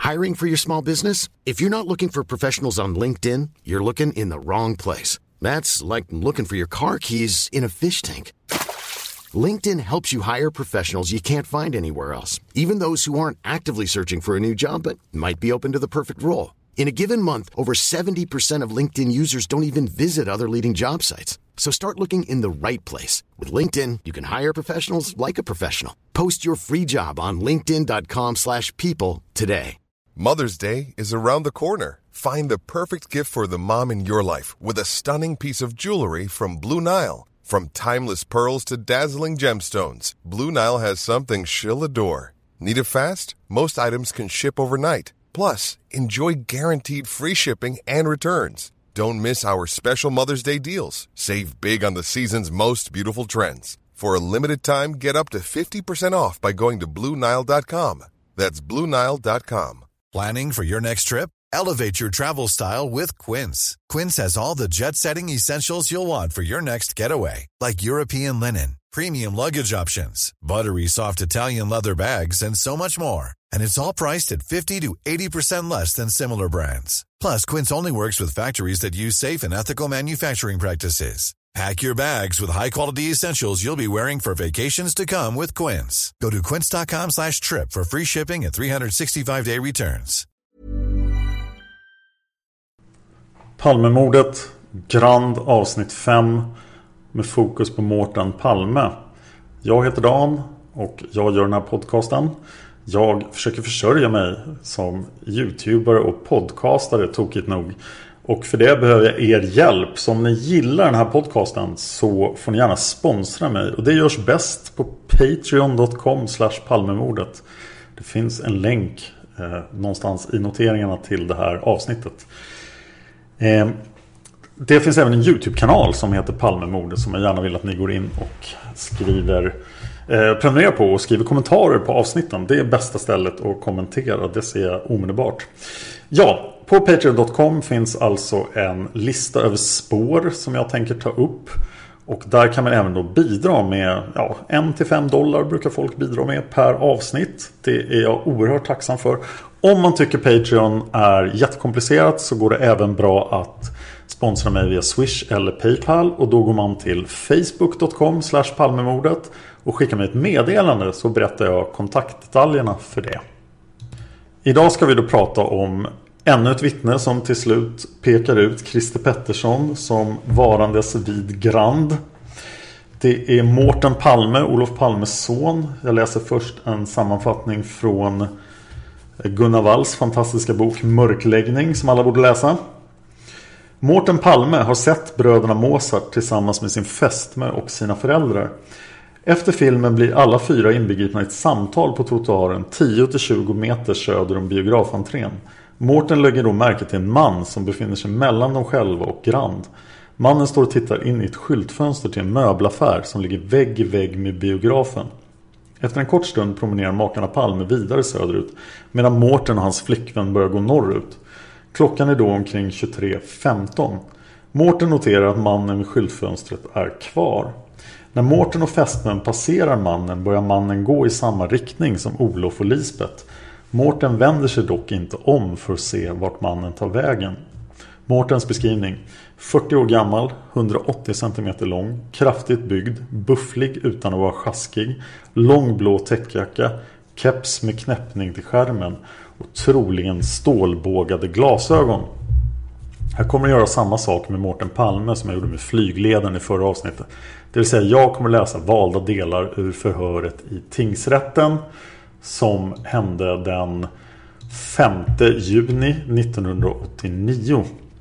Hiring for your small business? If you're not looking for professionals on LinkedIn, you're looking in the wrong place. That's like looking for your car keys in a fish tank. LinkedIn helps you hire professionals you can't find anywhere else, even those who aren't actively searching for a new job but might be open to the perfect role. In a given month, over 70% of LinkedIn users don't even visit other leading job sites. So start looking in the right place. With LinkedIn, you can hire professionals like a professional. Post your free job on linkedin.com/people today. Mother's Day is around the corner. Find the perfect gift for the mom in your life with a stunning piece of jewelry from Blue Nile. From timeless pearls to dazzling gemstones, Blue Nile has something she'll adore. Need it fast? Most items can ship overnight. Plus, enjoy guaranteed free shipping and returns. Don't miss our special Mother's Day deals. Save big on the season's most beautiful trends. For a limited time, get up to 50% off by going to BlueNile.com. That's BlueNile.com. Planning for your next trip? Elevate your travel style with Quince. Quince has all the jet-setting essentials you'll want for your next getaway, like European linen, premium luggage options, buttery soft Italian leather bags, and so much more. And it's all priced at 50 to 80% less than similar brands. Plus, Quince only works with factories that use safe and ethical manufacturing practices. Pack your bags with high-quality essentials you'll be wearing for vacations to come with Quince. Go to quince.com/trip for free shipping and 365-day returns. Palmemordet, Grand avsnitt 5 med fokus på Mårten Palme. Jag heter Dan och jag gör den här podcasten. Jag försöker försörja mig som YouTuber och podcastare, tokigt nog. Och för det behöver jag er hjälp. Så om ni gillar den här podcasten så får ni gärna sponsra mig. Och det görs bäst på patreon.com/palmemordet. Det finns en länk någonstans i noteringarna till det här avsnittet. Det finns även en YouTube-kanal som heter Palmemordet som jag gärna vill att ni går in och prenumererar på och skriver kommentarer på avsnitten. Det är bästa stället att kommentera. Det ser jag omedelbart. Ja, på patreon.com finns alltså en lista över spår som jag tänker ta upp. Och där kan man även då bidra med $1-5 brukar folk bidra med per avsnitt. Det är jag oerhört tacksam för. Om man tycker Patreon är jättekomplicerat så går det även bra att sponsra mig via Swish eller Paypal. Och då går man till facebook.com/palmemordet och skickar mig ett meddelande så berättar jag kontaktdetaljerna för det. Idag ska vi då prata om ännu ett vittne som till slut pekar ut Christer Pettersson som varandes vid Grand. Det är Mårten Palme, Olof Palmes son. Jag läser först en sammanfattning från Gunnar Walls fantastiska bok Mörkläggning som alla borde läsa. Mårten Palme har sett bröderna Mozart tillsammans med sin fästmö och sina föräldrar. Efter filmen blir alla 4 inbegripna i ett samtal på trottoaren 10-20 meter söder om biografantrén. Mårten lägger då märke till en man som befinner sig mellan dem själva och Grand. Mannen står och tittar in i ett skyltfönster till en möbelaffär som ligger vägg i vägg med biografen. Efter en kort stund promenerar makarna Palme vidare söderut medan Mårten och hans flickvän börjar gå norrut. Klockan är då omkring 23:15. Mårten noterar att mannen vid skyltfönstret är kvar. När Mårten och fästmön passerar mannen börjar mannen gå i samma riktning som Olof och Lisbeth. Mårten vänder sig dock inte om för att se vart mannen tar vägen. Mårtens beskrivning: 40 år gammal, 180 cm lång, kraftigt byggd, bufflig utan att vara sjaskig, lång blå täckjacka, keps med knäppning till skärmen och troligen stålbågade glasögon. Jag kommer att göra samma sak med Mårten Palme som jag gjorde med flygledaren i förra avsnittet. Det vill säga jag kommer läsa valda delar ur förhöret i tingsrätten som hände den 5 juni 1989.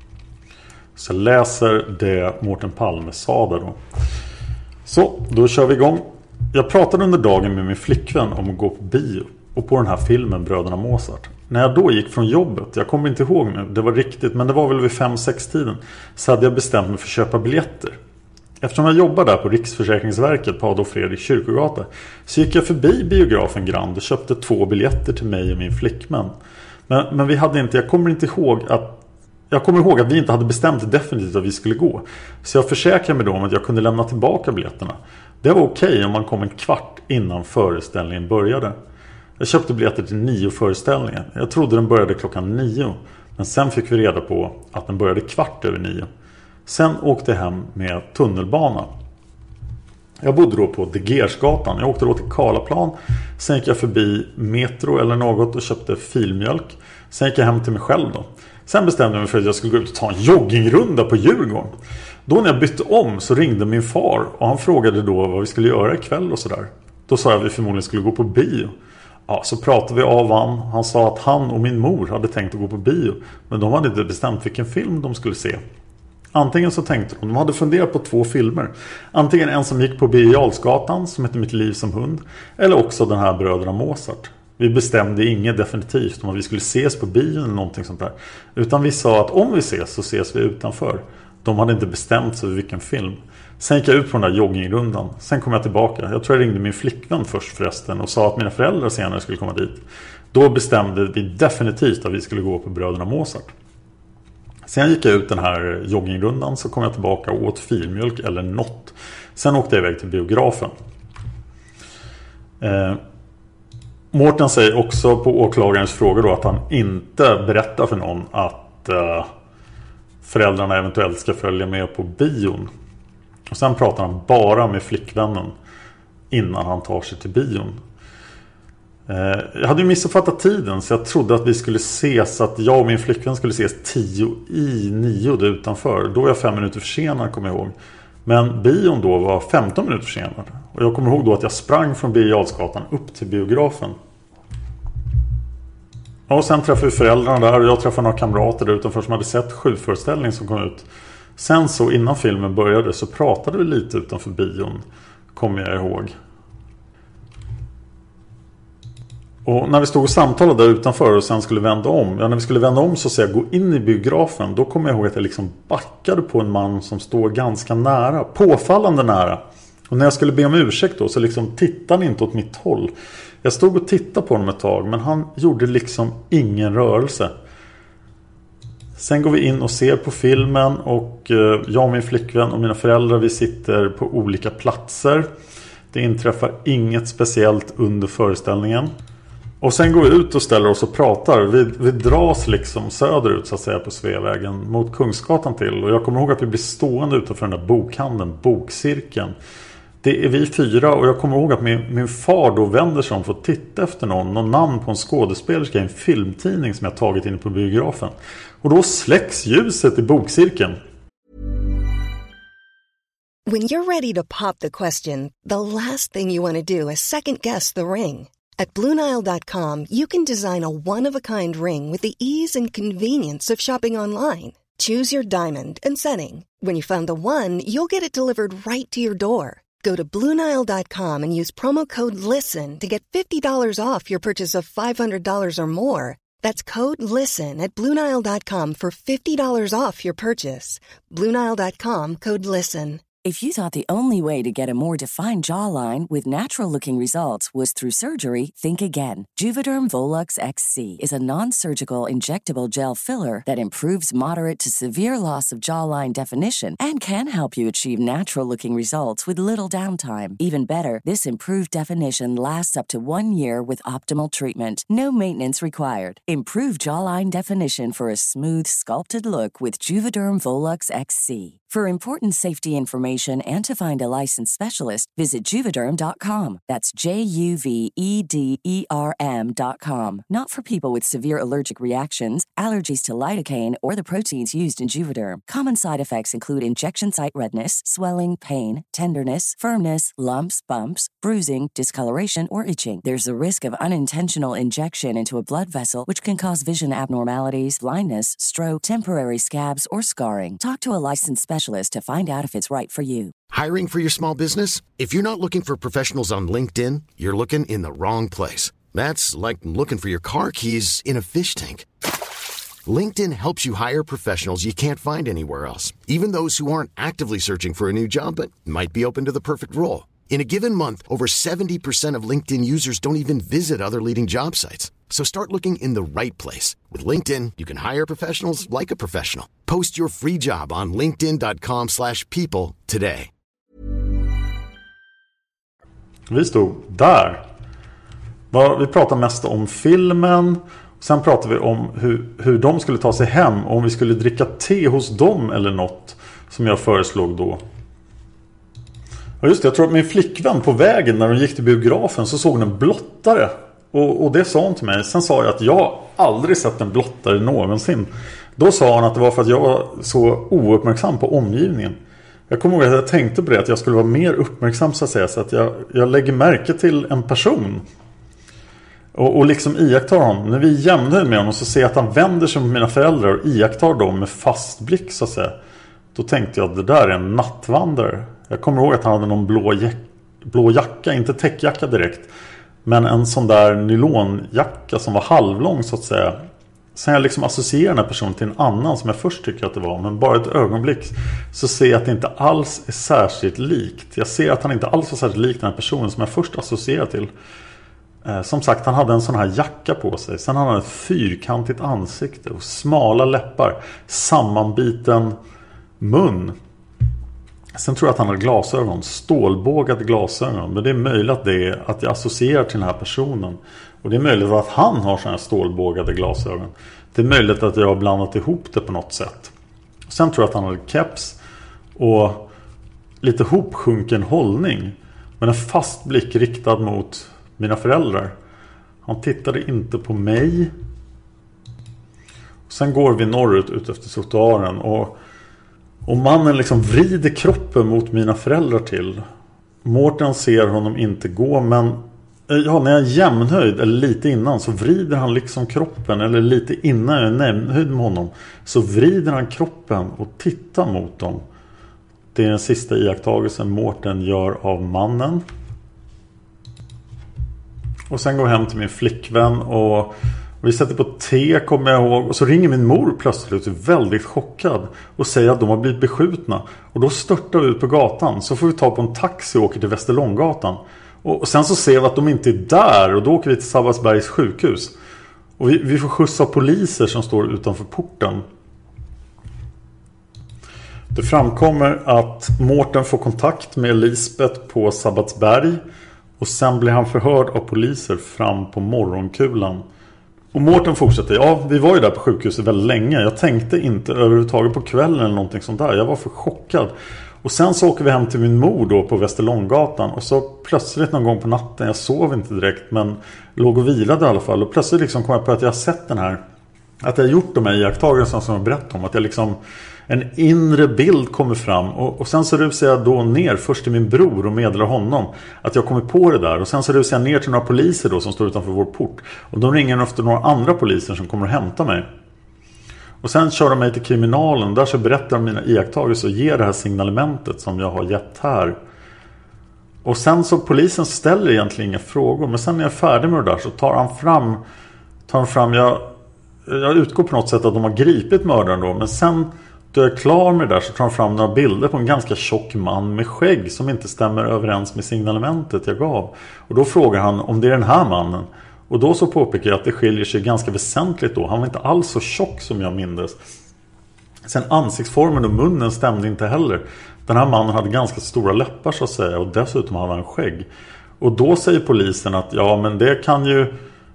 Så jag läser det Mårten Palme sa där då. Så, då kör vi igång. Jag pratade under dagen med min flickvän om att gå på bio och på den här filmen Bröderna Mozart. När jag då gick från jobbet, jag kommer inte ihåg nu, det var riktigt, men det var väl vid 5-6 tiden, så hade jag bestämt mig för att köpa biljetter. Eftersom jag jobbade där på Riksförsäkringsverket på Adolf Fredrik kyrkogata så gick jag förbi biografen Grand och köpte 2 biljetter till mig och min flickvän. Men vi hade inte, jag kommer ihåg att vi inte hade bestämt definitivt att vi skulle gå. Så jag försäkrade mig då om att jag kunde lämna tillbaka biljetterna. Det var okej om man kom en kvart innan föreställningen började. Jag köpte biljetter till 9 föreställningen. Jag trodde den började klockan 9. Men sen fick vi reda på att den började 9:15. Sen åkte jag hem med tunnelbana. Jag bodde då på Degersgatan. Jag åkte då till Karlaplan. Sen gick jag förbi Metro eller något och köpte filmjölk. Sen gick jag hem till mig själv då. Sen bestämde jag mig för att jag skulle gå ut och ta en joggingrunda på Djurgården. Då när jag bytte om så ringde min far. Och han frågade då vad vi skulle göra ikväll och sådär. Då sa jag att vi förmodligen skulle gå på bio. Ja, så pratade vi av han. Han sa att han och min mor hade tänkt att gå på bio. Men de hade inte bestämt vilken film de skulle se. Antingen så tänkte de hade funderat på 2 filmer. Antingen en som gick på Birger Jarlsgatan som heter Mitt liv som hund. Eller också den här Bröderna Mozart. Vi bestämde inget definitivt om att vi skulle ses på bio eller någonting sånt där. Utan vi sa att om vi ses så ses vi utanför. De hade inte bestämt sig vilken film. Sen gick jag ut på den där joggingrundan. Sen kom jag tillbaka. Jag tror jag ringde min flickvän först förresten och sa att mina föräldrar senare skulle komma dit. Då bestämde vi definitivt att vi skulle gå på Bröderna Mozart. Sen gick jag ut den här joggingrundan, så kom jag tillbaka och åt filmjölk eller något. Sen åkte jag iväg till biografen. Mårten säger också på åklagarens fråga då att han inte berättar för någon att föräldrarna eventuellt ska följa med på bion. Och sen pratar han bara med flickvännen innan han tar sig till bion. Jag hade ju missuppfattat tiden, så jag trodde att vi skulle ses, att jag och min flickvän skulle ses 9:10 där utanför. Då var jag 5 minuter försenad, kommer jag ihåg. Men bion då var 15 minuter försenad. Och jag kommer ihåg då att jag sprang från Birger Jarlsgatan upp till biografen. Och sen träffade vi föräldrarna där och jag träffade några kamrater där utanför som hade sett 7-föreställningen som kom ut. Sen så innan filmen började så pratade vi lite utanför bion, kommer jag ihåg. Och när vi stod och samtalade där utanför och sen skulle vända om. Ja, när vi skulle vända om så säger jag gå in i biografen. Då kommer jag ihåg att jag liksom backade på en man som står ganska nära. Påfallande nära. Och när jag skulle be om ursäkt då så liksom tittade han inte åt mitt håll. Jag stod och tittade på honom ett tag, men han gjorde liksom ingen rörelse. Sen går vi in och ser på filmen och jag och min flickvän och mina föräldrar, vi sitter på olika platser. Det inträffar inget speciellt under föreställningen. Och sen går vi ut och ställer oss och pratar. Vi dras liksom söderut så att säga på Sveavägen mot Kungsgatan till. Och jag kommer ihåg att vi blir stående utanför den där bokhandeln, Bokcirkeln. Det är vi 4 och jag kommer ihåg att min far då vänder sig om för att titta efter någon namn på en skådespelerska i en filmtidning som jag tagit in på biografen. Och då släcks ljuset i Bokcirkeln. When you're ready to pop the question, the last thing you want to do is second guess the ring. At BlueNile.com, you can design a one-of-a-kind ring with the ease and convenience of shopping online. Choose your diamond and setting. When you find the one, you'll get it delivered right to your door. Go to BlueNile.com and use promo code LISTEN to get $50 off your purchase of $500 or more. That's code LISTEN at BlueNile.com for $50 off your purchase. BlueNile.com, code LISTEN. If you thought the only way to get a more defined jawline with natural-looking results was through surgery, think again. Juvederm Volux XC is a non-surgical injectable gel filler that improves moderate to severe loss of jawline definition and can help you achieve natural-looking results with little downtime. Even better, this improved definition lasts up to 1 year with optimal treatment. No maintenance required. Improve jawline definition for a smooth, sculpted look with Juvederm Volux XC. For important safety information and to find a licensed specialist, visit Juvederm.com. That's JUVEDERM.com. Not for people with severe allergic reactions, allergies to lidocaine, or the proteins used in Juvederm. Common side effects include injection site redness, swelling, pain, tenderness, firmness, lumps, bumps, bruising, discoloration, or itching. There's a risk of unintentional injection into a blood vessel, which can cause vision abnormalities, blindness, stroke, temporary scabs, or scarring. Talk to a licensed specialist to find out if it's right for you. Hiring for your small business? If you're not looking for professionals on LinkedIn, you're looking in the wrong place. That's like looking for your car keys in a fish tank. LinkedIn helps you hire professionals you can't find anywhere else, even those who aren't actively searching for a new job but might be open to the perfect role. In a given month, over 70% of LinkedIn users don't even visit other leading job sites. So start looking in the right place. With LinkedIn, you can hire professionals like a professional. Post your free job on linkedin.com/people today. Vi pratade mest om filmen. Sen pratade vi om hur de skulle ta sig hem. Om vi skulle dricka te hos dem eller något. Som jag föreslog då. Ja just det, jag tror att min flickvän på vägen när hon gick till biografen så såg hon en blottare. Och det sa hon till mig. Sen sa jag att jag aldrig sett en blottare någonsin. Då sa hon att det var för att jag var så ouppmärksam på omgivningen. Jag kommer ihåg att jag tänkte på det, att jag skulle vara mer uppmärksam så att säga. Så att jag lägger märke till en person. Och liksom iakttar honom. När vi är jämnhöjd med honom så ser jag att han vänder sig mot mina föräldrar och iakttar dem med fast blick så att säga. Då tänkte jag att det där är en nattvandrare. Jag kommer ihåg att han hade någon blå jacka, inte täckjacka direkt. Men en sån där nylonjacka som var halvlång så att säga. Sen jag liksom associerar den här personen till en annan som jag först tycker att det var. Men bara ett ögonblick så ser jag att det inte alls är särskilt likt. Jag ser att han inte alls var särskilt lik den här personen som jag först associerar till. Som sagt, han hade en sån här jacka på sig. Sen hade han ett fyrkantigt ansikte och smala läppar. Sammanbiten mun. Sen tror jag att han hade glasögon. Stålbågade glasögon. Men det är möjligt att jag associerar till den här personen. Och det är möjligt att han har såna här stålbågade glasögon. Det är möjligt att jag har blandat ihop det på något sätt. Sen tror jag att han hade keps. Och lite hopsjunken hållning. Men en fast blick riktad mot mina föräldrar. Han tittade inte på mig. Sen går vi norrut ut efter trottoaren. Och mannen liksom vrider kroppen mot mina föräldrar till. Mårten ser honom inte gå. Men ja, när jag är jämnhöjd eller lite innan så vrider han liksom kroppen. Eller lite innan jag är jämnhöjd med honom så vrider han kroppen och tittar mot dem. Det är den sista iakttagelsen Mårten gör av mannen. Och sen går jag hem till min flickvän och vi sätter på te, kommer jag ihåg. Och så ringer min mor plötsligt väldigt chockad och säger att de har blivit beskjutna. Och då störtar vi ut på gatan. Så får vi ta på en taxi och åker till Västerlånggatan. Och sen så ser vi att de inte är där. Och då åker vi till Sabbatsbergs sjukhus. Och vi får skjutsa poliser som står utanför porten. Det framkommer att Mårten får kontakt med Lisbeth på Sabbatsberg. Och sen blir han förhörd av poliser fram på morgonkulan. Och Mårten fortsätter. Ja, vi var ju där på sjukhuset väldigt länge. Jag tänkte inte överhuvudtaget på kvällen eller någonting sånt där. Jag var för chockad. Och sen så åker vi hem till min mor då på Västerlånggatan. Och så plötsligt någon gång på natten. Jag sov inte direkt men låg och vilade i alla fall. Och plötsligt liksom kom jag på att jag har sett den här. Att jag har gjort de här iakttagelserna som jag berättade om. Att jag liksom... En inre bild kommer fram och sen så rusar jag då ner först till min bror och meddelar honom att jag kommer på det där. Och sen så rusar jag ner till några poliser då som står utanför vår port. Och de ringer efter några andra poliser som kommer att hämta mig. Och sen kör de mig till kriminalen. Där så berättar de mina iakttagelser och ger det här signalementet som jag har gett här. Och sen så polisen ställer egentligen inga frågor. Men sen när jag är färdig med det där så tar han fram jag utgår på något sätt att de har gripit mördaren då. Men sen... Då jag är klar med det där så tar han fram några bilder på en ganska tjock man med skägg som inte stämmer överens med signalementet jag gav. Och då frågar han om det är den här mannen. Och då så påpekar jag att det skiljer sig ganska väsentligt då. Han var inte alls så tjock som jag mindes. Sen ansiktsformen och munnen stämde inte heller. Den här mannen hade ganska stora läppar så att säga och dessutom hade han skägg. Och då säger polisen att ja men det kan ju...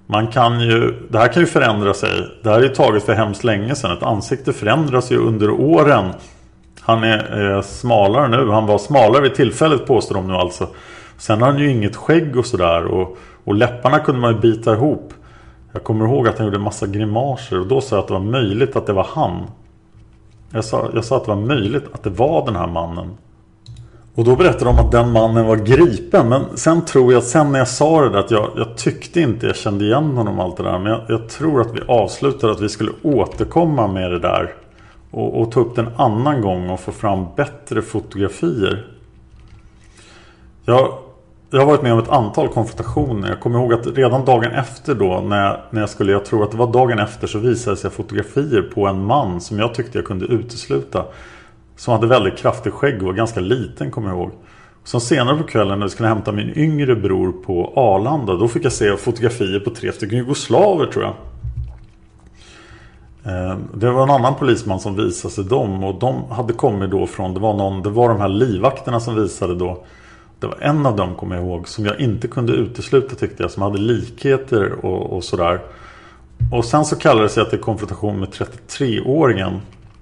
det här kan ju förändra sig. Det här är ju taget för hemskt länge sedan. Ett ansikte förändras ju under åren. Han är smalare nu. Han var smalare vid tillfället påstår de nu alltså. Sen har han ju inget skägg och sådär. Och läpparna kunde man ju bita ihop. Jag kommer ihåg att han gjorde en massa grimaser. Och då sa jag att det var möjligt att det var han. Jag sa att det var möjligt att det var den här mannen. Och då berättade de att den mannen var gripen. Men sen tror jag, sen när jag sa det där, att jag tyckte inte jag kände igen honom allt det där. Men jag tror att vi avslutade att vi skulle återkomma med det där. Och ta upp det en annan gång och få fram bättre fotografier. Jag har varit med om ett antal konfrontationer. Jag kommer ihåg att redan dagen efter då, när jag tror att det var dagen efter, så visade sig fotografier på en man som jag tyckte jag kunde utesluta. Som hade väldigt kraftig skägg och var ganska liten, kommer jag ihåg. Så senare på kvällen när jag skulle hämta min yngre bror på Arlanda, då fick jag se fotografier på 3 stycken jugoslaver tror jag. Det var en annan polisman som visade sig dem. Och de hade kommit då från, det var de här livvakterna som visade då. Det var en av dem, kommer jag ihåg, som jag inte kunde utesluta, tyckte jag, som hade likheter och sådär. Och sen så kallades jag till konfrontation med 33-åringen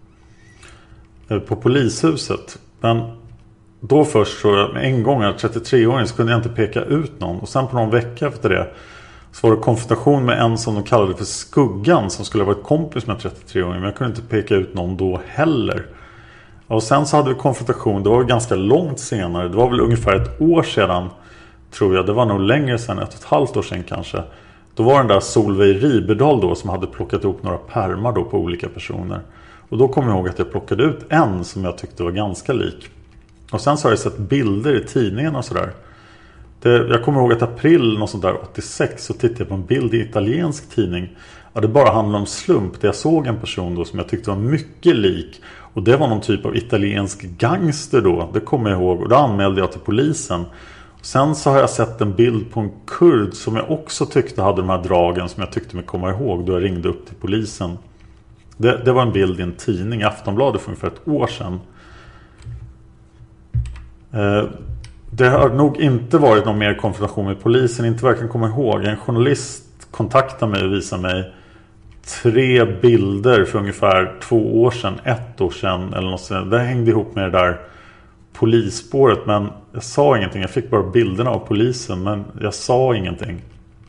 på polishuset. Men då först så, med en gång, 33-åringen, så kunde jag inte peka ut någon. Och sen på någon vecka efter det så var det konfrontation med en som de kallade för Skuggan, som skulle ha varit kompis med 33-åringen. Men jag kunde inte peka ut någon då heller. Och sen så hade vi konfrontation, det var ganska långt senare. Det var väl ungefär ett år sedan, tror jag. Det var nog längre sedan, 1,5 år sedan kanske. Då var den där Solveig Riberdahl då, som hade plockat ihop några pärmar då på olika personer. Och då kom jag ihåg att jag plockade ut en som jag tyckte var ganska lik. Och sen så har jag sett bilder i tidningen och sådär. Jag kommer ihåg att april något sånt där 86 så tittade jag på en bild i italiensk tidning. Ja, det bara handlade om slump. Där jag såg en person då som jag tyckte var mycket lik. Och det var någon typ av italiensk gangster då. Det kommer jag ihåg. Och då anmälde jag till polisen. Sen så har jag sett en bild på en kurd som jag också tyckte hade de här dragen som jag tyckte mig komma ihåg då jag ringde upp till polisen. Det var en bild i en tidning, Aftonbladet, för ungefär ett år sedan. Det har nog inte varit någon mer konfrontation med polisen, inte verkligen komma ihåg. En journalist kontaktade mig och visade mig 3 bilder för ungefär 2 år sedan, 1 år sedan eller något sånt. Det hängde ihop med det där polisspåret, men jag sa ingenting. Jag fick bara bilderna av polisen, men jag sa ingenting.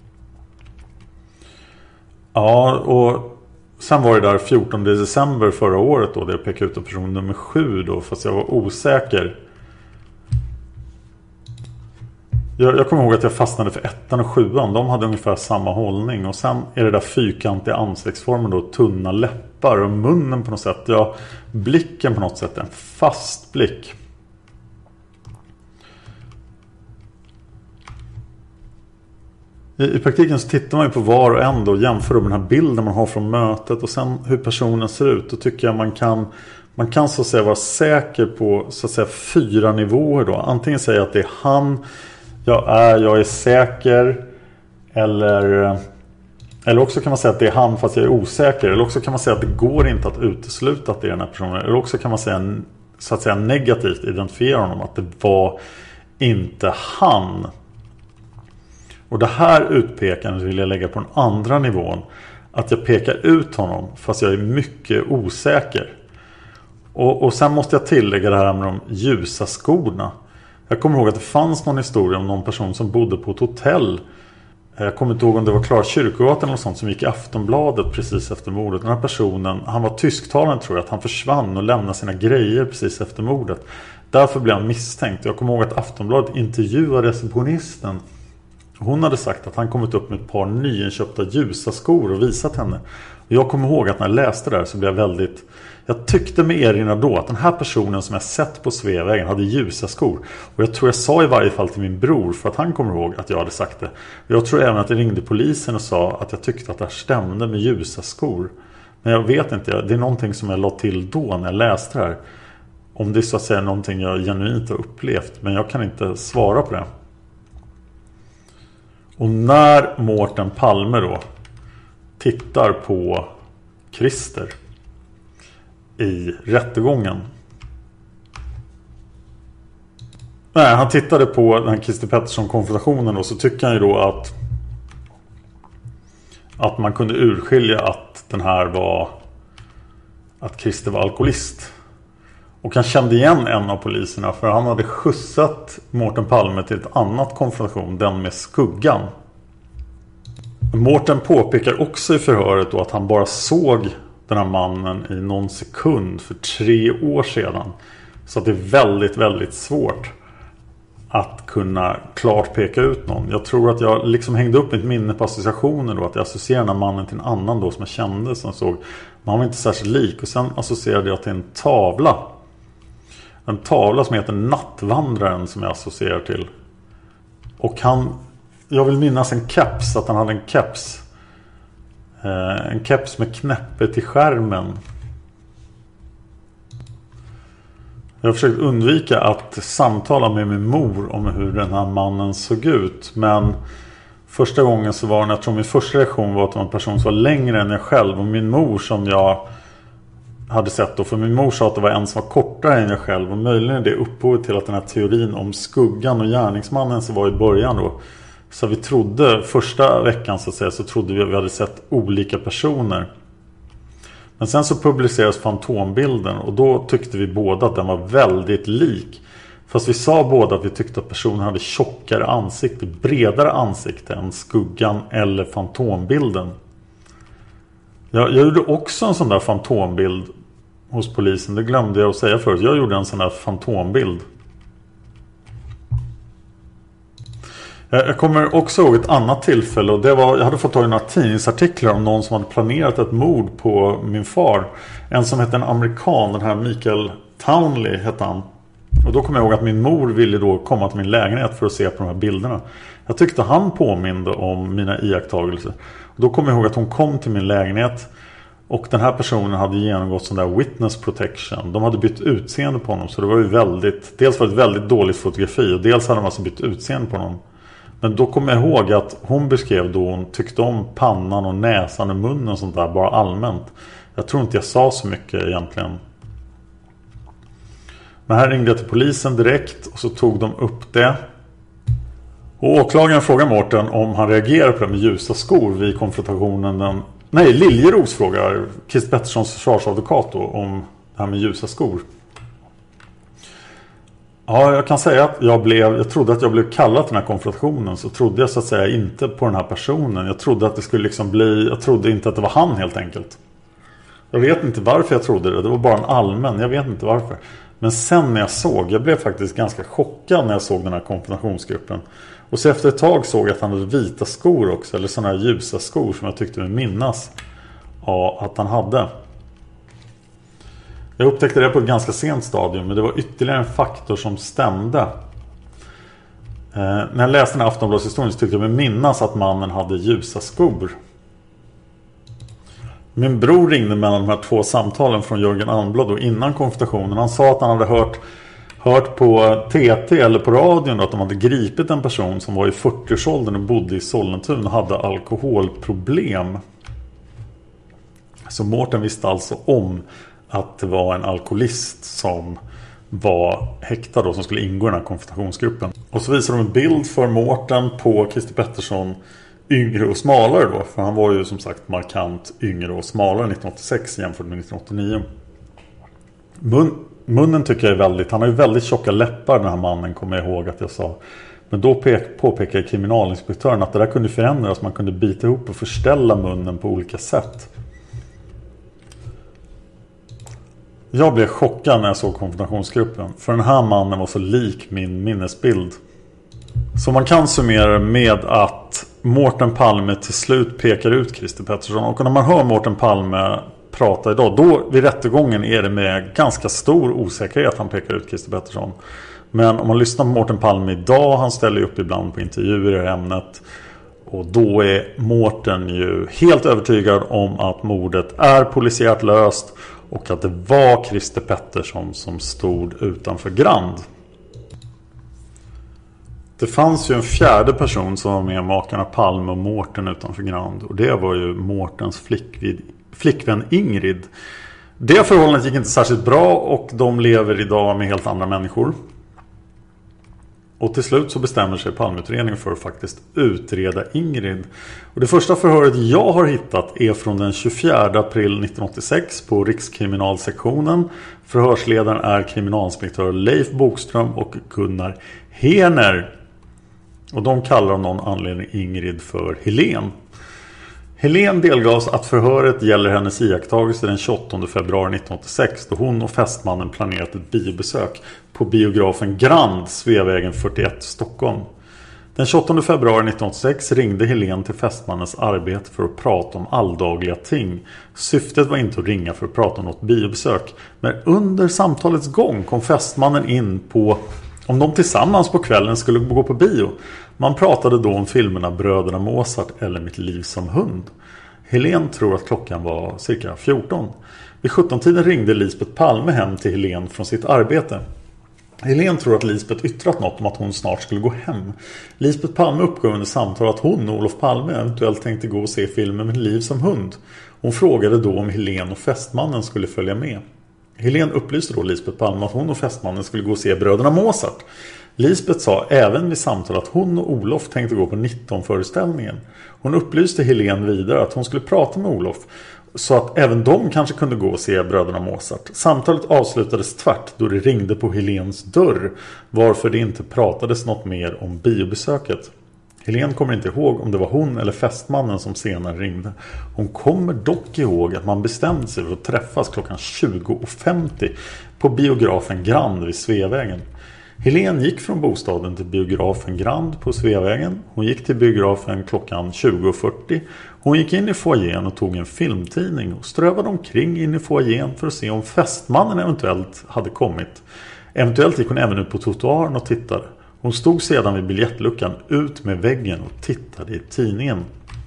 Ja, och sen var det där 14 december förra året då, där jag pekade ut en person nummer 7 då, fast jag var osäker. Jag kommer ihåg att jag fastnade för 1:an och 7:an. De hade ungefär samma hållning. Och sen är det där fyrkantiga ansiktsformen då, tunna läppar och munnen på något sätt. Ja, blicken på något sätt, en fast blick. I praktiken så tittar man ju på var och en då, jämför med den här bilden man har från mötet och sen hur personen ser ut. Då tycker jag man kan så att säga vara säker på så att säga 4 nivåer då. Antingen säga att det är han, jag är säker, eller också kan man säga att det är han fast jag är osäker, eller också kan man säga att det går inte att utesluta att det är den här personen, eller också kan man säga så att säga negativt identifiera honom, att det var inte han. Och det här utpekandet vill jag lägga på den andra nivån, att jag pekar ut honom fast jag är mycket osäker. Och sen måste jag tillägga det här med de ljusa skorna. Jag kommer ihåg att det fanns någon historia om någon person som bodde på ett hotell. Jag kommer inte ihåg om det var Klara Kyrkogatan eller något sånt, som gick i Aftonbladet precis efter mordet. Den här personen, han var tysktalande tror jag, att han försvann och lämnade sina grejer precis efter mordet. Därför blev han misstänkt. Jag kommer ihåg att Aftonbladet intervjuade receptionisten. Hon hade sagt att han kommit upp med ett par nyinköpta ljusa skor och visat henne. Och jag kommer ihåg att när jag läste det här så blev jag väldigt... Jag tyckte mig erinra då att den här personen som jag sett på Sveavägen hade ljusa skor. Och jag tror jag sa i varje fall till min bror, för att han kommer ihåg att jag hade sagt det. Och jag tror även att jag ringde polisen och sa att jag tyckte att det här stämde med ljusa skor. Men jag vet inte, det är någonting som jag la till då när jag läste det här. Om det är så att säga någonting jag genuint har upplevt. Men jag kan inte svara på det. Och när Mårten Palme då tittar på Christer i rättegången. Nej, han tittade på den här Christer Pettersson-konfrontationen då, så tycker han ju då att man kunde urskilja att den här var, att Christer var alkoholist. Och han kände igen en av poliserna, för han hade skjutsat Mårten Palme till ett annat konfrontation, den med Skuggan. Mårten påpekar också i förhöret då att han bara såg den här mannen i någon sekund för 3 år sedan. Så att det är väldigt, väldigt svårt att kunna klart peka ut någon. Jag tror att jag liksom hängde upp mitt minne på associationer då, att jag associerade den här mannen till en annan då som jag kände, som såg, men han var inte särskilt lik. Och sen associerade jag till en tavla. En tavla som heter Nattvandraren, som jag associerar till. Och jag vill minnas en keps, att han hade en keps. En keps med knäppe till skärmen. Jag har försökt undvika att samtala med min mor om hur den här mannen såg ut. Men första gången så var jag tror min första reaktion var att det var en person som var längre än jag själv. Och min mor, som jag hade sett då. För min mor sa att det var en som var kortare än jag själv. Och möjligen är det upphovet till att den här teorin om skuggan och gärningsmannen som var i början då. Så vi trodde, första veckan så att säga, så trodde vi att vi hade sett olika personer. Men sen så publicerades fantombilden och då tyckte vi båda att den var väldigt lik. Fast vi sa båda att vi tyckte att personen hade tjockare ansikte, bredare ansikte än skuggan eller fantombilden. Jag gjorde också en sån där fantombild hos polisen, det glömde jag att säga förut. Jag gjorde en sån där fantombild. Jag kommer också ihåg ett annat tillfälle och det var, jag hade fått tag i några tidningsartiklar om någon som hade planerat ett mord på min far. En som hette en amerikan, den här Michael Townley hette han. Och då kommer jag ihåg att min mor ville då komma till min lägenhet för att se på de här bilderna. Jag tyckte han påminde om mina iakttagelser. Och då kommer jag ihåg att hon kom till min lägenhet och den här personen hade genomgått sån där witness protection. De hade bytt utseende på honom så det var ju dels var det ett väldigt dåligt fotografi och dels hade de alltså bytt utseende på honom. Men då kommer jag ihåg att hon beskrev då hon tyckte om pannan och näsan och munnen och sånt där bara allmänt. Jag tror inte jag sa så mycket egentligen. Men här ringde jag till polisen direkt och så tog de upp det. Och åklagaren frågade Mårten om han reagerar på det med ljusa skor vid konfrontationen. Liljeros frågar Christer Petterssons försvarsadvokat då, om det här med ljusa skor. Ja, jag kan säga att jag trodde att jag blev kallad till den här konfrontationen. Så trodde jag så att säga inte på den här personen. Jag trodde att det skulle liksom bli, jag trodde inte att det var han helt enkelt. Jag vet inte varför jag trodde det. Det var bara en allmän, jag vet inte varför. Men sen när jag blev faktiskt ganska chockad när jag såg den här konfrontationsgruppen. Och så efter ett tag såg jag att han hade vita skor också. Eller sådana här ljusa skor som jag tyckte mig minnas att han hade. Jag upptäckte det på ett ganska sent stadium. Men det var ytterligare en faktor som stämde. När jag läste den här Aftonbladshistorien så tyckte jag mig minnas att mannen hade ljusa skor. Min bror ringde mellan de här 2 samtalen från Jörgen Almblad då, innan konfrontationen. Han sa att han hade hört på TT eller på radion att de hade gripit en person som var i 40-årsåldern och bodde i Sollentuna och hade alkoholproblem. Så Mårten visste alltså om att det var en alkoholist som var häktad då, som skulle ingå i den här konfrontationsgruppen. Och så visade de en bild för Mårten på Christer Pettersson yngre och smalare då. För han var ju som sagt markant yngre och smalare 1986 jämfört med 1989. Munnen tycker jag är väldigt, han har ju väldigt tjocka läppar den här mannen, kommer jag ihåg att jag sa. Men då påpekade kriminalinspektören att det där kunde förändras. Man kunde bita ihop och förställa munnen på olika sätt. Jag blev chockad när jag såg konfrontationsgruppen. För den här mannen var så lik min minnesbild. Så man kan summera med att Mårten Palme till slut pekar ut Christer Pettersson. Och när man hör Mårten Palme prata idag, då vid rättegången är det med ganska stor osäkerhet han pekar ut Christer Pettersson. Men om man lyssnar på Mårten Palme idag, han ställer upp ibland på intervjuer i det här ämnet. Och då är Mårten ju helt övertygad om att mordet är polisiärt löst. Och att det var Christer Pettersson som stod utanför Grand. Det fanns ju en fjärde person som var med, makarna Palme och Mårten utanför Grand. Och det var ju Mårtens flickvän Ingrid. Det förhållandet gick inte särskilt bra och de lever idag med helt andra människor. Och till slut så bestämmer sig Palmeutredningen för att faktiskt utreda Ingrid. Och det första förhöret jag har hittat är från den 24 april 1986 på Rikskriminalsektionen. Förhörsledaren är kriminalinspektör Leif Bokström och Gunnar Hener. Och de kallar av någon anledning Ingrid för Helen. Helen delgavs att förhöret gäller hennes iakttagelse den 28 februari 1986 då hon och fästmannen planerat ett biobesök på biografen Grand, Sveavägen 41, Stockholm. Den 28 februari 1986 ringde Helen till fästmannens arbete för att prata om alldagliga ting. Syftet var inte att ringa för att prata om något biobesök, men under samtalets gång kom fästmannen in på om de tillsammans på kvällen skulle gå på bio. Man pratade då om filmerna Bröderna Mozart eller Mitt liv som hund. Helen tror att klockan var cirka 14. Vid 17-tiden ringde Lisbeth Palme hem till Helen från sitt arbete. Helen tror att Lisbeth yttrat något om att hon snart skulle gå hem. Lisbeth Palme uppgav under samtal att hon och Olof Palme eventuellt tänkte gå och se filmen Mitt liv som hund. Hon frågade då om Helene och fästmannen skulle följa med. Helene upplyste då Lisbeth Palme att hon och fästmannen skulle gå och se bröderna Mozart. Lisbeth sa även vid samtal att hon och Olof tänkte gå på 19-föreställningen. Hon upplyste Helene vidare att hon skulle prata med Olof så att även de kanske kunde gå och se bröderna Mozart. Samtalet avslutades tvärt då det ringde på Helens dörr, varför det inte pratades något mer om biobesöket. Helene kommer inte ihåg om det var hon eller fästmannen som senare ringde. Hon kommer dock ihåg att man bestämde sig för att träffas klockan 20:50 på biografen Grand vid Sveavägen. Helene gick från bostaden till biografen Grand på Sveavägen. Hon gick till biografen klockan 20:40. Hon gick in i foajén och tog en filmtidning och strövade omkring in i foajén för att se om fästmannen eventuellt hade kommit. Eventuellt gick hon även ut på trottoaren och tittade. Hon stod sedan vid biljettluckan ut med väggen och tittade i tidningen.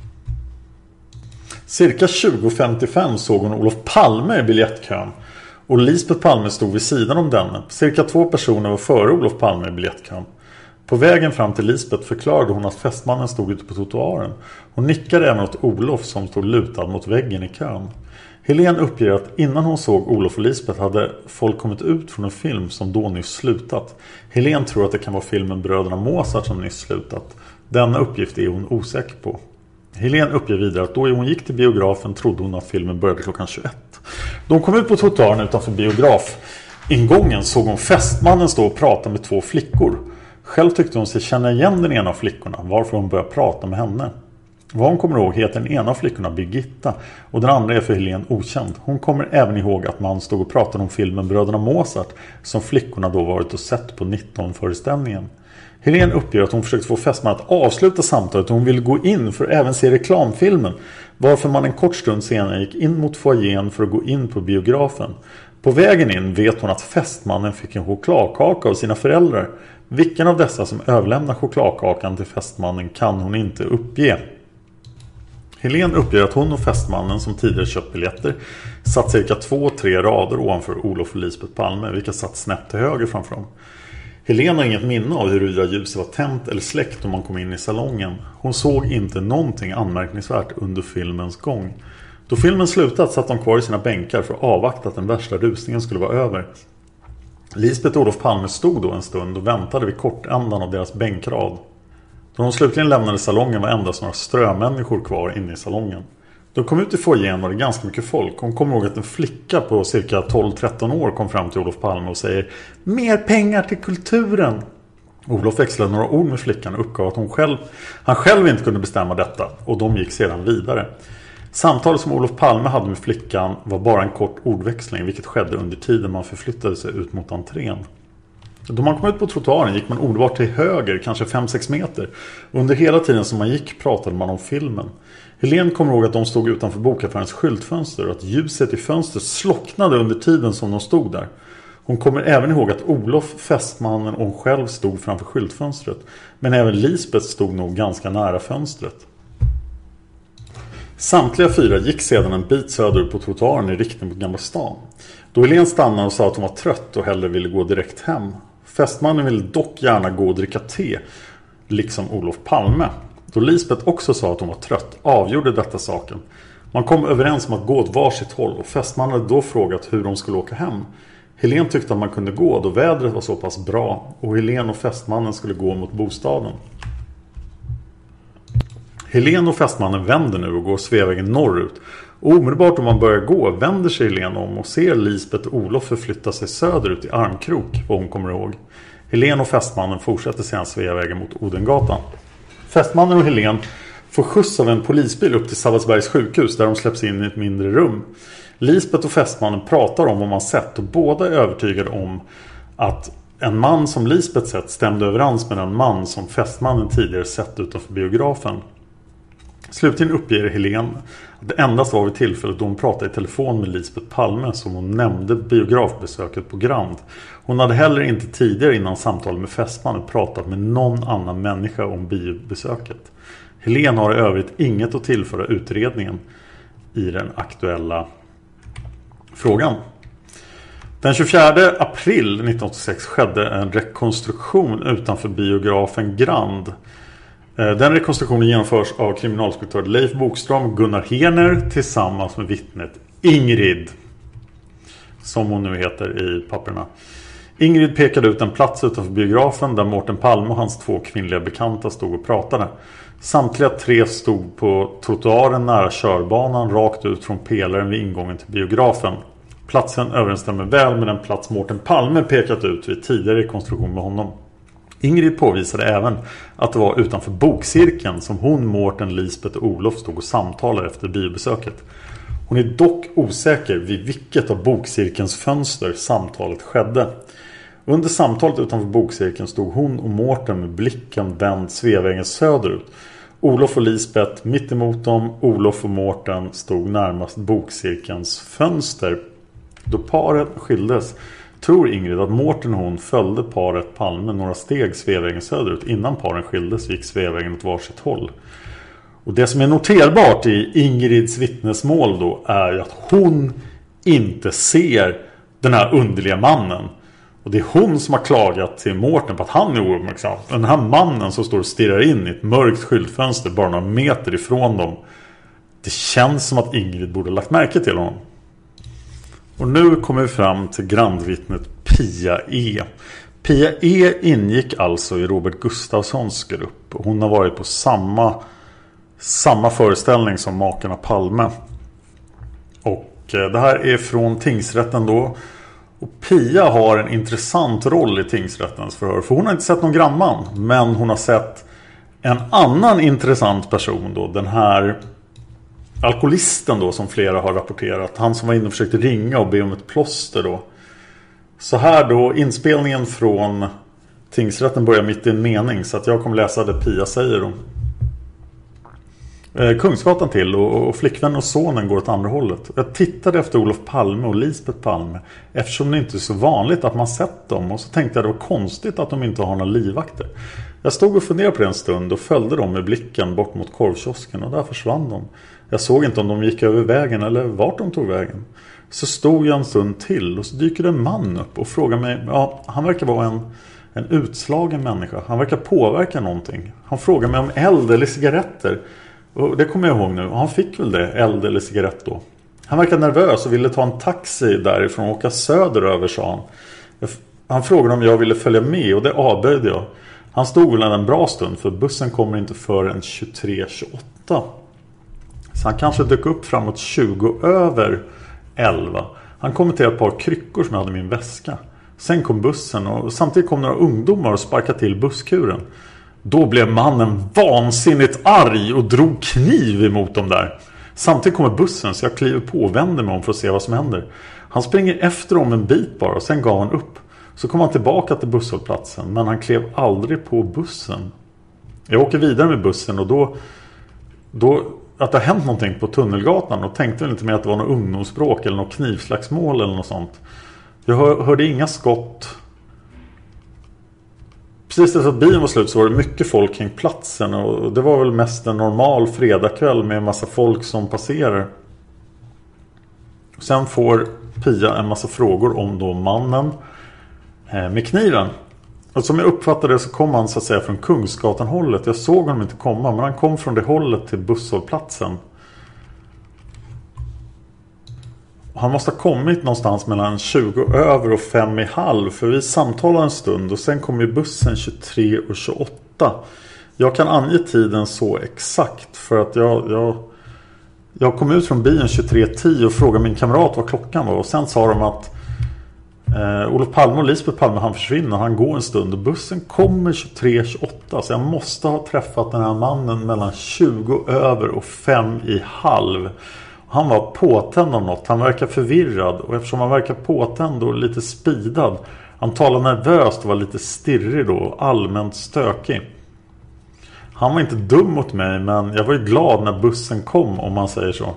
Cirka 20:55 såg hon Olof Palme i biljettkön. Och Lisbeth Palme stod vid sidan om denne. Cirka 2 personer var före Olof Palme i biljettkön. På vägen fram till Lisbeth förklarade hon att fästmannen stod ute på trottoaren. Hon nickade även åt Olof som stod lutad mot väggen i kön. Helene uppger att innan hon såg Olof och Lisbeth hade folk kommit ut från en film som då nyss slutat. Helene tror att det kan vara filmen Bröderna Mozart som nyss slutat. Denna uppgift är hon osäker på. Helene uppger vidare att då hon gick till biografen trodde hon att filmen började klockan 21. Då hon kom ut på trottoaren utanför biografingången såg hon fästmannen stå och prata med 2 flickor. Själv tyckte hon sig känna igen den ena av flickorna, varför hon började prata med henne. Vad hon kommer ihåg heter den ena av flickorna Birgitta och den andra är för Helene okänd. Hon kommer även ihåg att man stod och pratade om filmen Bröderna Mozart som flickorna då varit och sett på 19-föreställningen. Helene uppger att hon försökte få fästmannen att avsluta samtalet och hon ville gå in för att även se reklamfilmen. Varför man en kort stund senare gick in mot foajén för att gå in på biografen. På vägen in vet hon att fästmannen fick en chokladkaka av sina föräldrar. Vilken av dessa som överlämnar chokladkakan till fästmannen kan hon inte uppge. Helene uppger att hon och fästmannen som tidigare köpt biljetter satt cirka 2-3 rader ovanför Olof och Lisbeth Palme, vilka satt snett till höger framför dem. Helene har inget minne av huruvida ljuset var tänt eller släckt om man kom in i salongen. Hon såg inte någonting anmärkningsvärt under filmens gång. Då filmen slutat satt de kvar i sina bänkar för att avvakta att den värsta rusningen skulle vara över. Lisbeth och Olof Palme stod då en stund och väntade vid kortändan av deras bänkrad. Då de slutligen lämnade salongen var endast några strömänniskor kvar inne i salongen. Då de kom ut i foajén var det ganska mycket folk. Hon kommer ihåg att en flicka på cirka 12-13 år kom fram till Olof Palme och säger "Mer pengar till kulturen!" Olof växlade några ord med flickan och uppgav att han själv inte kunde bestämma detta och de gick sedan vidare. Samtalet som Olof Palme hade med flickan var bara en kort ordväxling, vilket skedde under tiden man förflyttade sig ut mot entrén. Då man kom ut på trottoaren gick man omedelbart till höger, kanske 5-6 meter. Under hela tiden som man gick pratade man om filmen. Helene kommer ihåg att de stod utanför bokaffärens skyltfönster och att ljuset i fönstret slocknade under tiden som de stod där. Hon kommer även ihåg att Olof, fästmannen och hon själv stod framför skyltfönstret. Men även Lisbeth stod nog ganska nära fönstret. Samtliga 4 gick sedan en bit söderut på trottoaren i riktning mot Gamla stan. Då Helene stannade och sa att hon var trött och hellre ville gå direkt hem. Fästmannen ville dock gärna gå och dricka te, liksom Olof Palme. Då Lisbeth också sa att hon var trött avgjorde detta saken. Man kom överens om att gå åt varsitt håll och fästmannen hade då frågat hur de skulle åka hem. Helene tyckte att man kunde gå då vädret var så pass bra och Helene och fästmannen skulle gå mot bostaden. Helene och fästmannen vänder nu och går Sveavägen norrut. Och omedelbart om man börjar gå vänder sig Helene om och ser Lisbeth och Olof förflytta sig söderut i armkrok, vad hon kommer ihåg. Helene och fästmannen fortsätter sedan Sveavägen mot Odengatan. Fästmannen och Helene får skjuts av en polisbil upp till Sabbatsbergs sjukhus där de släpps in i ett mindre rum. Lisbeth och fästmannen pratar om vad man sett och båda är övertygade om att en man som Lisbeth sett stämde överens med en man som fästmannen tidigare sett utanför biografen. Slutligen uppger Helene att det endast var vid tillfället då hon pratade i telefon med Lisbeth Palme som hon nämnde biografbesöket på Grand. Hon hade heller inte tidigare innan samtalet med fästmannen pratat med någon annan människa om biobesöket. Helene har i övrigt inget att tillföra utredningen i den aktuella frågan. Den 24 april 1986 skedde en rekonstruktion utanför biografen Grand. Den rekonstruktionen genomförs av kriminalinspektör Leif Bokström och Gunnar Herner tillsammans med vittnet Ingrid, som hon nu heter i papperna. Ingrid pekade ut en plats utanför biografen där Mårten Palme och hans 2 kvinnliga bekanta stod och pratade. Samtliga 3 stod på trottoaren nära körbanan rakt ut från pelaren vid ingången till biografen. Platsen överensstämmer väl med den plats Mårten Palme pekat ut vid tidigare rekonstruktion med honom. Ingrid påvisade även att det var utanför bokcirkeln som hon, Mårten, Lisbeth och Olof stod och samtalade efter biobesöket. Hon är dock osäker vid vilket av bokcirkelns fönster samtalet skedde. Under samtalet utanför bokcirkeln stod hon och Mårten med blicken vänd Sveavägen söderut. Olof och Lisbeth mitt emot dem. Olof och Mårten stod närmast bokcirkelns fönster. Då paret skildes tror Ingrid att Mårten och hon följde paret Palme några steg Sveavägen söderut. Innan paren skildes gick Sveavägen åt varsitt håll. Och det som är noterbart i Ingrids vittnesmål då är att hon inte ser den här underliga mannen. Och det är hon som har klagat till Mårten på att han är ouppmärksam. Den här mannen som står och stirrar in i ett mörkt skyltfönster bara några meter ifrån dem. Det känns som att Ingrid borde lagt märke till honom. Och nu kommer vi fram till grandvittnet Pia E. Pia E ingick alltså i Robert Gustafssons grupp. Hon har varit på samma föreställning som makarna Palme. Och det här är från tingsrätten då. Och Pia har en intressant roll i tingsrättens förhör. För hon har inte sett någon grannman. Men hon har sett en annan intressant person då. Den här alkoholisten då som flera har rapporterat. Han som var inne och försökte ringa och be om ett plåster då. Så här då, inspelningen från tingsrätten börjar mitt i en mening. Så att jag kommer läsa det Pia säger då. Kungsgatan till och flickvän och sonen går åt andra hållet. Jag tittade efter Olof Palme och Lisbeth Palme eftersom det inte är så vanligt att man sett dem. Och så tänkte jag det var konstigt att de inte har några livvakter. Jag stod och funderade på det en stund och följde dem med blicken bort mot korvkiosken och där försvann de. Jag såg inte om de gick över vägen eller vart de tog vägen. Så stod jag en stund till och så dyker en man upp och frågar mig, ja, han verkar vara en utslagen människa. Han verkar påverka någonting. Han frågar mig om eld eller cigaretter. Och det kommer jag ihåg nu. Han fick väl det, eld eller cigarett då. Han verkade nervös och ville ta en taxi därifrån och åka söderöver, sa han. Han frågade om jag ville följa med och det avböjde jag. Han stod väl en bra stund för bussen kommer inte förrän 23:28. Så han kanske dök upp framåt 11:20. Han kommenterade ett par kryckor som jag hade i min väska. Sen kom bussen och samtidigt kom några ungdomar och sparkade till busskuren. Då blev mannen vansinnigt arg och drog kniv emot dem där. Samtidigt kommer bussen så jag kliver på och vänder mig om för att se vad som händer. Han springer efter dem en bit bara och sen gav han upp. Så kom han tillbaka till busshållplatsen men han klev aldrig på bussen. Jag åker vidare med bussen och då att det har hänt någonting på Tunnelgatan och tänkte väl inte mer att det var något ungdomsbråk eller något knivslagsmål eller något sånt. Jag hörde inga skott. Precis efter att bilen var slut så var det mycket folk kring platsen och det var väl mest en normal fredagkväll med en massa folk som passerar. Sen får Pia en massa frågor om då mannen med kniven. Och som jag uppfattade det så kom han så att säga från Kungsgatan-hållet. Jag såg honom inte komma men han kom från det hållet till busshållplatsen. Han måste ha kommit någonstans mellan 20:00 och 5:30 för vi samtalade en stund och sen kom ju bussen 23:28. Jag kan ange tiden så exakt för att jag kom ut från bilen 23:10 och frågade min kamrat vad klockan var och sen sa de att Olof Palme och Lisbeth Palme han försvinner, han går en stund och bussen kommer 23:28 så jag måste ha träffat den här mannen mellan 20:00 och 5:30. Han var påtänd om något. Han verkar förvirrad. Och eftersom han verkar påtänd och lite spidad. Han talade nervöst och var lite stirrig då. Och allmänt stökig. Han var inte dum mot mig. Men jag var ju glad när bussen kom om man säger så.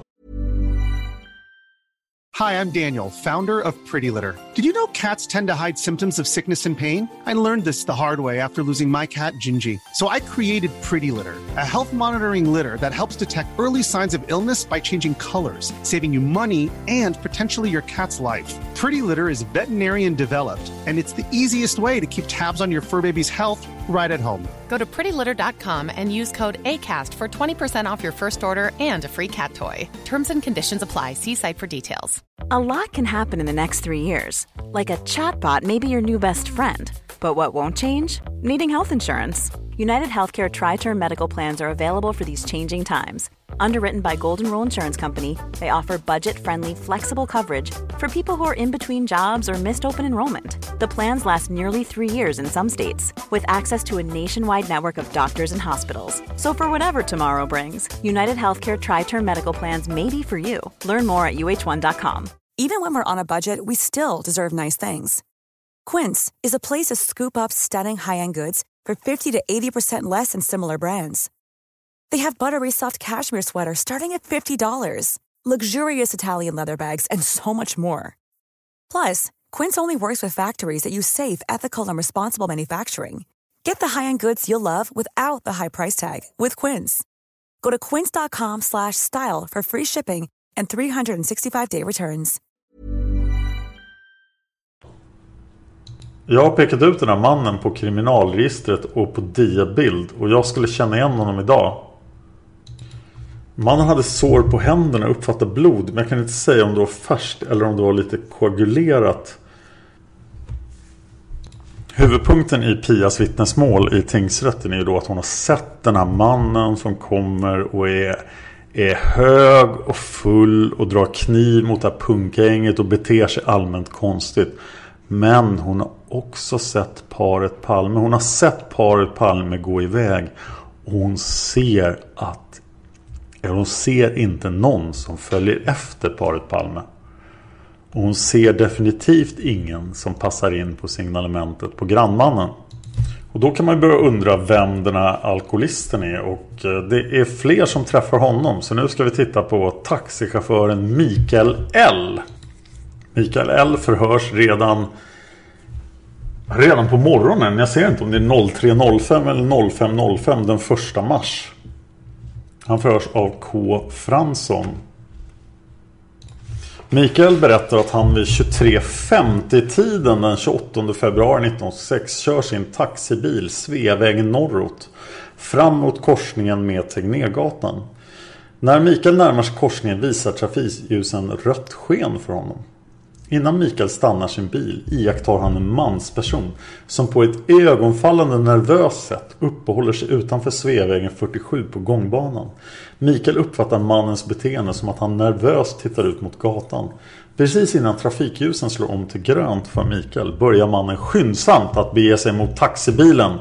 Hi, I'm Daniel, founder of Pretty Litter. Did you know cats tend to hide symptoms of sickness and pain? I learned this the hard way after losing my cat, Gingy. So I created Pretty Litter, a health monitoring litter that helps detect early signs of illness by changing colors, saving you money and potentially your cat's life. Pretty Litter is veterinarian developed, and it's the easiest way to keep tabs on your fur baby's health right at home. Go to prettylitter.com and use code ACAST for 20% off your first order and a free cat toy. Terms and conditions apply. See site for details. A lot can happen in the next 3 years. Like a chatbot may be your new best friend. But what won't change? Needing health insurance. United Healthcare Tri-Term Medical Plans are available for these changing times. Underwritten by Golden Rule Insurance Company, they offer budget-friendly, flexible coverage for people who are in between jobs or missed open enrollment. The plans last nearly 3 years in some states, with access to a nationwide network of doctors and hospitals. So for whatever tomorrow brings, United Healthcare Tri-Term Medical Plans may be for you. Learn more at uh1.com. Even when we're on a budget, we still deserve nice things. Quince is a place to scoop up stunning high-end goods for 50 to 80% less than similar brands. They have buttery soft cashmere sweaters starting at $50, luxurious Italian leather bags, and so much more. Plus, Quince only works with factories that use safe, ethical, and responsible manufacturing. Get the high-end goods you'll love without the high price tag with Quince. Go to quince.com/style for free shipping and 365-day returns. Jag har pekat ut den här mannen på kriminalregistret och på diabild, och jag skulle känna igen honom idag. Mannen hade sår på händerna och uppfattade blod, men jag kan inte säga om det var färskt eller om det var lite koagulerat. Huvudpunkten i Pias vittnesmål i tingsrätten är ju då att hon har sett den här mannen som kommer och är hög och full och drar kniv mot det här punkgänget och beter sig allmänt konstigt. Men hon har också sett paret Palme. Hon har sett paret Palme gå iväg. Och hon ser inte någon som följer efter paret Palme. Och hon ser definitivt ingen som passar in på signalementet på grannmannen. Och då kan man börja undra vem den här alkoholisten är. Och det är fler som träffar honom. Så nu ska vi titta på taxichauffören Mikael L. Mikael L förhörs redan på morgonen. Jag ser inte om det är 03.05 eller 05.05 den 1 mars. Han förhörs av K. Fransson. Mikael berättar att han vid 23:50-tiden den 28 februari 1986 kör sin taxibil Sveavägen norrut fram mot korsningen med Tegnérgatan. När Mikael närmar sig korsningen visar trafikljusen rött sken för honom. Innan Mikael stannar sin bil iakttar han en mansperson som på ett ögonfallande nervöst sätt uppehåller sig utanför Sveavägen 47 på gångbanan. Mikael uppfattar mannens beteende som att han nervöst tittar ut mot gatan. Precis innan trafikljusen slår om till grönt för Mikael börjar mannen skyndsamt att bege sig mot taxibilen.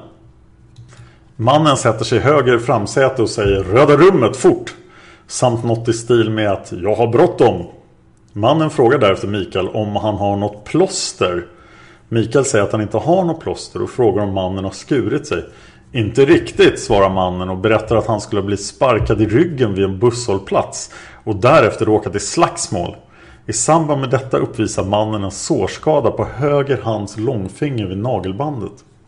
Mannen sätter sig höger i framsätet och säger "Röda rummet, fort!" samt något i stil med att "Jag har bråttom." Mannen frågar därefter Mikael om han har något plåster. Mikael säger att han inte har något plåster och frågar om mannen har skurit sig. "Inte riktigt", svarar mannen och berättar att han skulle bli sparkad i ryggen vid en busshållplats och därefter råkat i slagsmål. I samband med detta uppvisar mannen en sårskada på höger hands långfinger vid nagelbandet.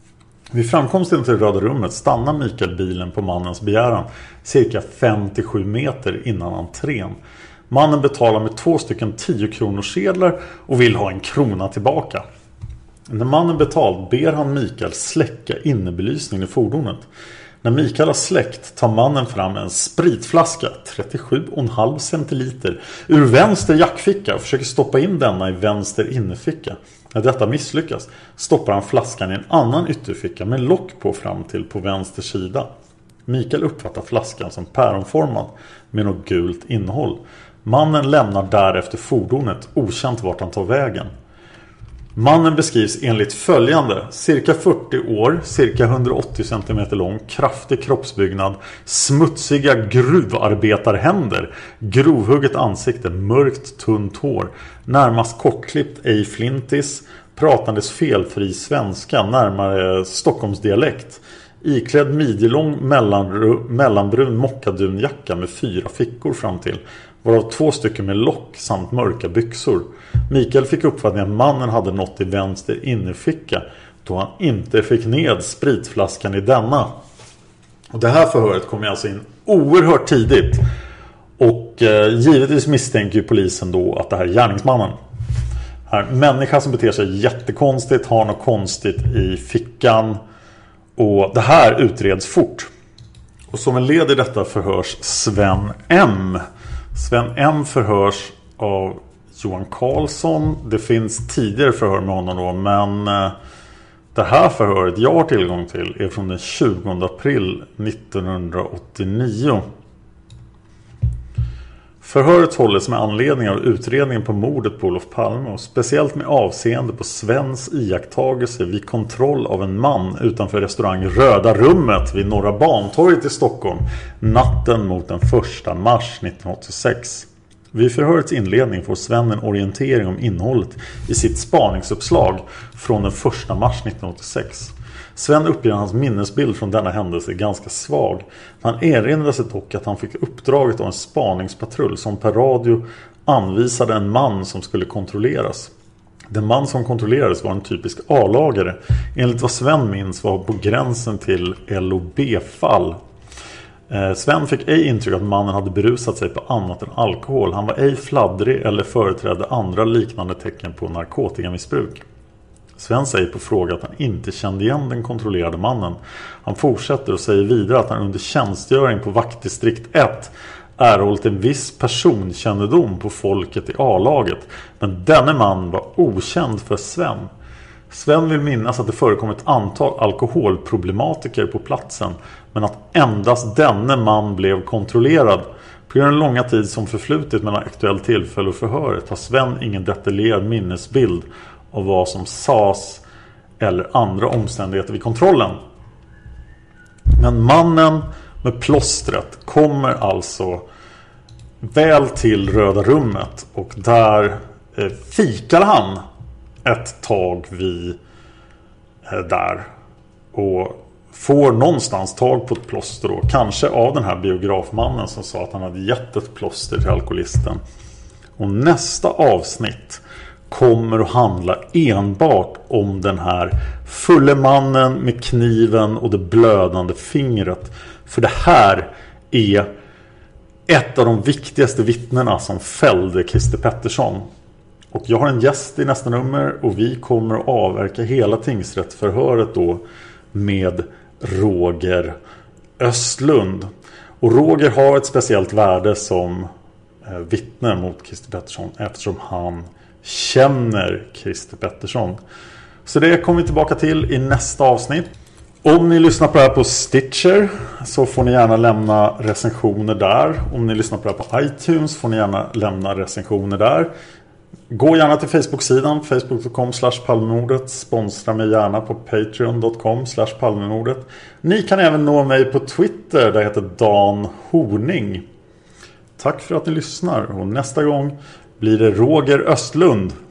Vid framkomsten till Röda rummet stannar Mikael bilen på mannens begäran cirka 57 meter innan entrén. Mannen betalar med 2 stycken 10-kronorssedlar och vill ha 1 krona tillbaka. När mannen betalt ber han Mikael släcka innebelysningen i fordonet. När Mikael har släckt tar mannen fram en spritflaska 37,5 centiliter ur vänster jackficka och försöker stoppa in denna i vänster innerficka. När detta misslyckas stoppar han flaskan i en annan ytterficka med lock på fram till på vänster sida. Mikael uppfattar flaskan som päronformad med något gult innehåll. Mannen lämnar därefter fordonet okänt vart han tar vägen. Mannen beskrivs enligt följande: cirka 40 år, cirka 180 cm lång, kraftig kroppsbyggnad, smutsiga gruvarbetarhänder, grovhugget ansikte, mörkt tunt hår, närmast kortklippt, ej flintis, pratandes felfri svenska, närmare Stockholmsdialekt, iklädd midjelång mellanbrun mockadunjacka med 4 fickor fram till, varav 2 stycken med lock samt mörka byxor. Mikael fick uppfattningen att mannen hade nått i vänster innerficka då han inte fick ned spritflaskan i denna. Och det här förhöret kom alltså in oerhört tidigt. Och givetvis misstänker ju polisen då att det här är gärningsmannen. Här människa som beter sig jättekonstigt, har något konstigt i fickan Och det här utreds fort. Och som en led i detta förhörs Sven M. Sven M förhörs av Johan Karlsson. Det finns tidigare förhör med honom då, men det här förhöret jag har tillgång till är från den 20 april 1989. Förhöret hålls med anledning av utredningen på mordet på Olof Palme och speciellt med avseende på Svens iakttagelse vid kontroll av en man utanför restaurang Röda rummet vid Norra Bantorget i Stockholm natten mot den 1 mars 1986. Vid förhörets inledning får Sven en orientering om innehållet i sitt spaningsuppslag från den 1 mars 1986. Sven uppger att hans minnesbild från denna händelse är ganska svag. Han erinrar sig dock att han fick uppdraget av en spaningspatrull som per radio anvisade en man som skulle kontrolleras. Den man som kontrollerades var en typisk A-lagare. Enligt vad Sven minns var på gränsen till LOB-fall. Sven fick ej intryck att mannen hade berusat sig på annat än alkohol. Han var ej fladdrig eller företrädde andra liknande tecken på narkotikamissbruk. Sven säger på fråga att han inte kände igen den kontrollerade mannen. Han fortsätter och säger vidare att han under tjänstgöring på vaktdistrikt 1 erhållit en viss personkännedom på folket i A-laget. Men denne man var okänd för Sven. Sven vill minnas att det förekom ett antal alkoholproblematiker på platsen, men att endast denne man blev kontrollerad. På den långa tid som förflutit mellan aktuellt tillfälle och förhöret har Sven ingen detaljerad minnesbild av vad som sades eller andra omständigheter vid kontrollen. Men mannen med plåstret kommer alltså väl till Röda rummet och där fikar han ett tag vid där och får någonstans tag på ett plåster då, kanske av den här biografmannen som sa att han hade gett ett plåster till alkoholisten. Och nästa avsnitt kommer att handla enbart om den här fulle mannen med kniven och det blödande fingret. För det här är ett av de viktigaste vittnena som fällde Christer Pettersson. Och jag har en gäst i nästa nummer och vi kommer att avverka hela tingsrättsförhöret då med Roger Östlund. Och Roger har ett speciellt värde som vittne mot Christer Pettersson eftersom han känner Christer Pettersson. Så det kommer vi tillbaka till i nästa avsnitt. Om ni lyssnar på det här på Stitcher så får ni gärna lämna recensioner där. Om ni lyssnar på det här på iTunes får ni gärna lämna recensioner där. Gå gärna till Facebook-sidan facebook.com/palmemordet. Sponsra mig gärna på patreon.com/palmemordet. Ni kan även nå mig på Twitter där jag heter Dan Horning. Tack för att ni lyssnar och nästa gång blir det Roger Östlund.